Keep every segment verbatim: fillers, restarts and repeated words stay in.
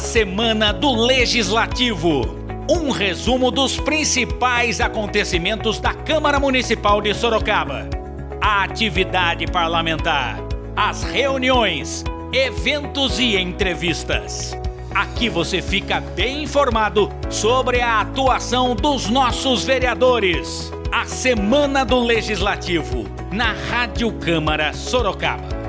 Semana do Legislativo. Um resumo dos principais acontecimentos da Câmara Municipal de Sorocaba. A atividade parlamentar, as reuniões, eventos e entrevistas. Aqui você fica bem informado sobre a atuação dos nossos vereadores. A Semana do Legislativo, na Rádio Câmara Sorocaba.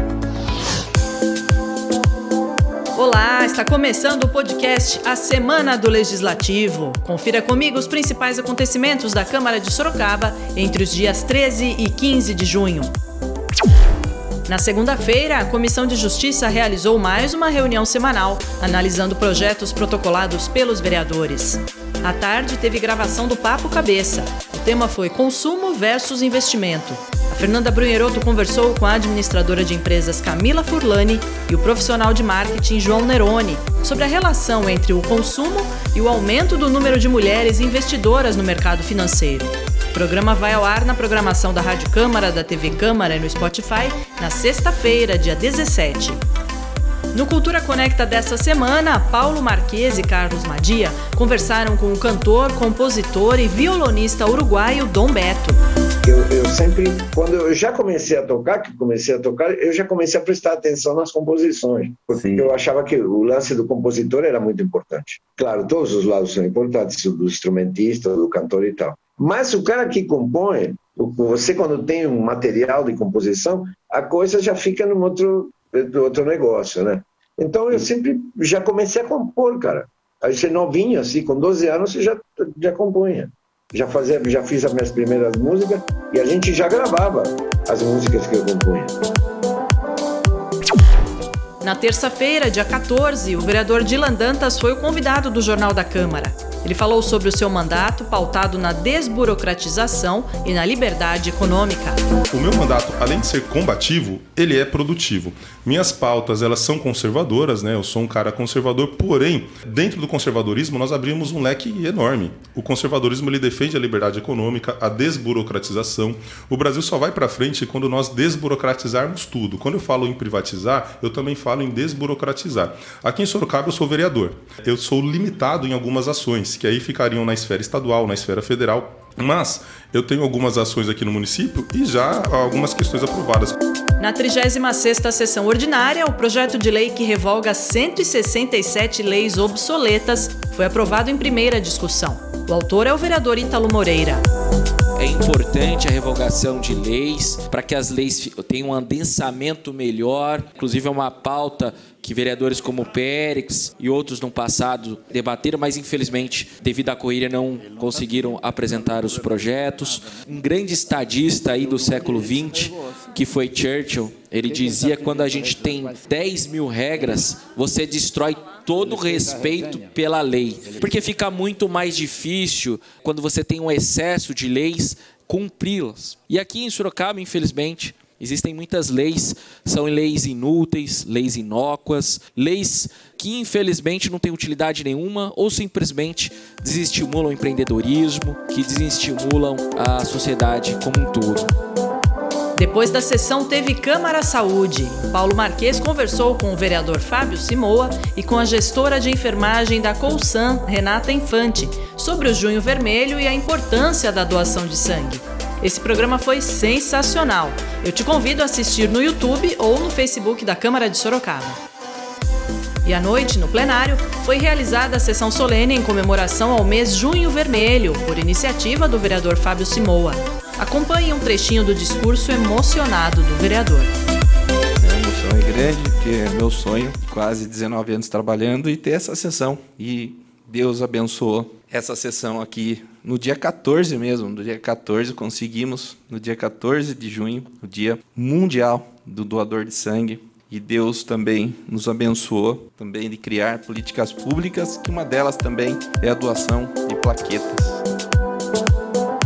Olá, está começando o podcast A Semana do Legislativo. Confira comigo os principais acontecimentos da Câmara de Sorocaba entre os dias treze e quinze de junho. Na segunda-feira, a Comissão de Justiça realizou mais uma reunião semanal, analisando projetos protocolados pelos vereadores. À tarde, teve gravação do Papo Cabeça. O tema foi Consumo versus Investimento. A Fernanda Brunheroto conversou com a administradora de empresas Camila Furlani e o profissional de marketing João Neroni sobre a relação entre o consumo e o aumento do número de mulheres investidoras no mercado financeiro. O programa vai ao ar na programação da Rádio Câmara, da T V Câmara e no Spotify na sexta-feira, dia dezessete. No Cultura Conecta dessa semana, Paulo Marques e Carlos Madia conversaram com o cantor, compositor e violonista uruguaio Dom Beto. Eu, eu sempre, quando eu já comecei a tocar, que comecei a tocar, eu já comecei a prestar atenção nas composições, porque Sim. eu achava que o lance do compositor era muito importante. Claro, todos os lados são importantes, do instrumentista, do cantor e tal. Mas o cara que compõe, você quando tem um material de composição, a coisa já fica num outro, outro negócio, né? Então eu sempre já comecei a compor, cara. Aí você novinho, assim, com doze anos, você já, já compunha. Já, fazia, já fiz as minhas primeiras músicas e a gente já gravava as músicas que eu compunha. Na terça-feira, dia quatorze, o vereador Dylan Dantas foi o convidado do Jornal da Câmara. Ele falou sobre o seu mandato pautado na desburocratização e na liberdade econômica. O meu mandato, além de ser combativo, ele é produtivo. Minhas pautas, elas são conservadoras, né? Eu sou um cara conservador, porém, dentro do conservadorismo, nós abrimos um leque enorme. O conservadorismo, ele defende a liberdade econômica, a desburocratização. O Brasil só vai para frente quando nós desburocratizarmos tudo. Quando eu falo em privatizar, eu também falo em desburocratizar. Aqui em Sorocaba, eu sou vereador. Eu sou limitado em algumas ações, que aí ficariam na esfera estadual, na esfera federal. Mas eu tenho algumas ações aqui no município e já algumas questões aprovadas. Na trigésima sexta sessão ordinária, o projeto de lei que revoga cento e sessenta e sete leis obsoletas foi aprovado em primeira discussão. O autor é o vereador Ítalo Moreira. É importante a revogação de leis para que as leis tenham um adensamento melhor. Inclusive é uma pauta que vereadores como o Périx e outros no passado debateram, mas infelizmente, devido à correria, não conseguiram apresentar os projetos. Um grande estadista aí do século vinte, que foi Churchill, ele dizia que quando a gente tem dez mil regras, você destrói todo o respeito pela lei. Porque fica muito mais difícil, quando você tem um excesso de leis, cumpri-las. E aqui em Sorocaba, infelizmente, existem muitas leis, são leis inúteis, leis inócuas, leis que infelizmente não têm utilidade nenhuma ou simplesmente desestimulam o empreendedorismo, que desestimulam a sociedade como um todo. Depois da sessão teve Câmara Saúde. Paulo Marques conversou com o vereador Fábio Simoa e com a gestora de enfermagem da Colsan, Renata Infante, sobre o Junho Vermelho e a importância da doação de sangue. Esse programa foi sensacional. Eu te convido a assistir no YouTube ou no Facebook da Câmara de Sorocaba. E à noite, no plenário, foi realizada a sessão solene em comemoração ao mês Junho Vermelho, por iniciativa do vereador Fábio Simoa. Acompanhe um trechinho do discurso emocionado do vereador. A emoção é grande, porque é meu sonho, quase dezenove anos trabalhando, e ter essa sessão. E Deus abençoou essa sessão aqui no dia quatorze mesmo, no dia quatorze conseguimos, no dia quatorze de junho, o dia mundial do doador de sangue. E Deus também nos abençoou também de criar políticas públicas, que uma delas também é a doação de plaquetas.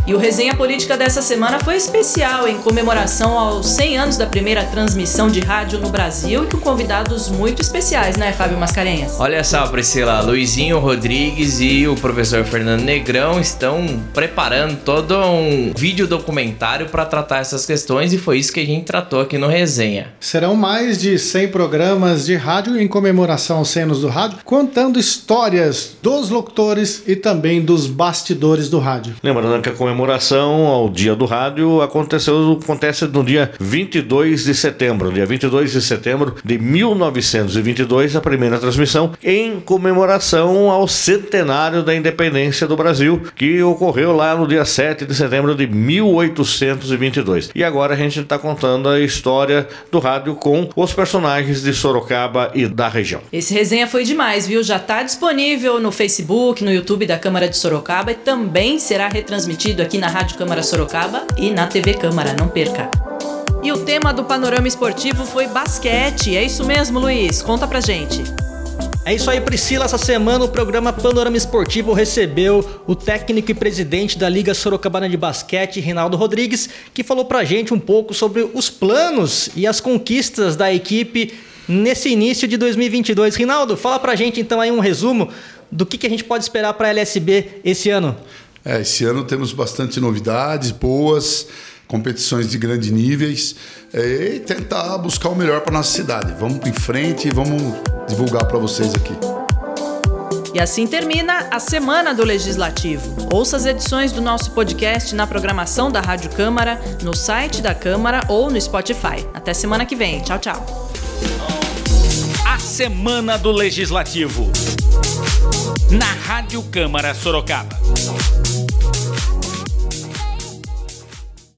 E o Resenha Política dessa semana foi especial em comemoração aos cem anos da primeira transmissão de rádio no Brasil e com convidados muito especiais, né, Fábio Mascarenhas? Olha só, Priscila, Luizinho Rodrigues e o professor Fernando Negrão estão preparando todo um vídeo documentário para tratar essas questões e foi isso que a gente tratou aqui no Resenha. Serão mais de cem programas de rádio em comemoração aos cem anos do rádio, contando histórias dos locutores e também dos bastidores do rádio. Lembrando que a comemoração ao Dia do Rádio aconteceu, acontece no dia vinte e dois de setembro. Dia vinte e dois de setembro de mil novecentos e vinte e dois, a primeira transmissão em comemoração ao centenário da independência do Brasil, que ocorreu lá no dia sete de setembro de mil oitocentos e vinte e dois. E agora a gente está contando a história do rádio com os personagens de Sorocaba e da região. Esse Resenha foi demais, viu? Já está disponível no Facebook, no YouTube da Câmara de Sorocaba e também será retransmitido aqui na Rádio Câmara Sorocaba e na T V Câmara, não perca. E o tema do Panorama Esportivo foi basquete, é isso mesmo, Luiz? Conta pra gente. É isso aí, Priscila. Essa semana o programa Panorama Esportivo recebeu o técnico e presidente da Liga Sorocabana de Basquete, Rinaldo Rodrigues, que falou pra gente um pouco sobre os planos e as conquistas da equipe nesse início de dois mil e vinte e dois. Rinaldo, fala pra gente então aí um resumo do que, que a gente pode esperar para a L S B esse ano. É, esse ano temos bastante novidades boas, competições de grandes níveis, é, e tentar buscar o melhor para nossa cidade. Vamos em frente e vamos divulgar para vocês aqui. E assim termina a Semana do Legislativo. Ouça as edições do nosso podcast na programação da Rádio Câmara, no site da Câmara ou no Spotify. Até semana que vem. Tchau, tchau. A Semana do Legislativo na Rádio Câmara Sorocaba.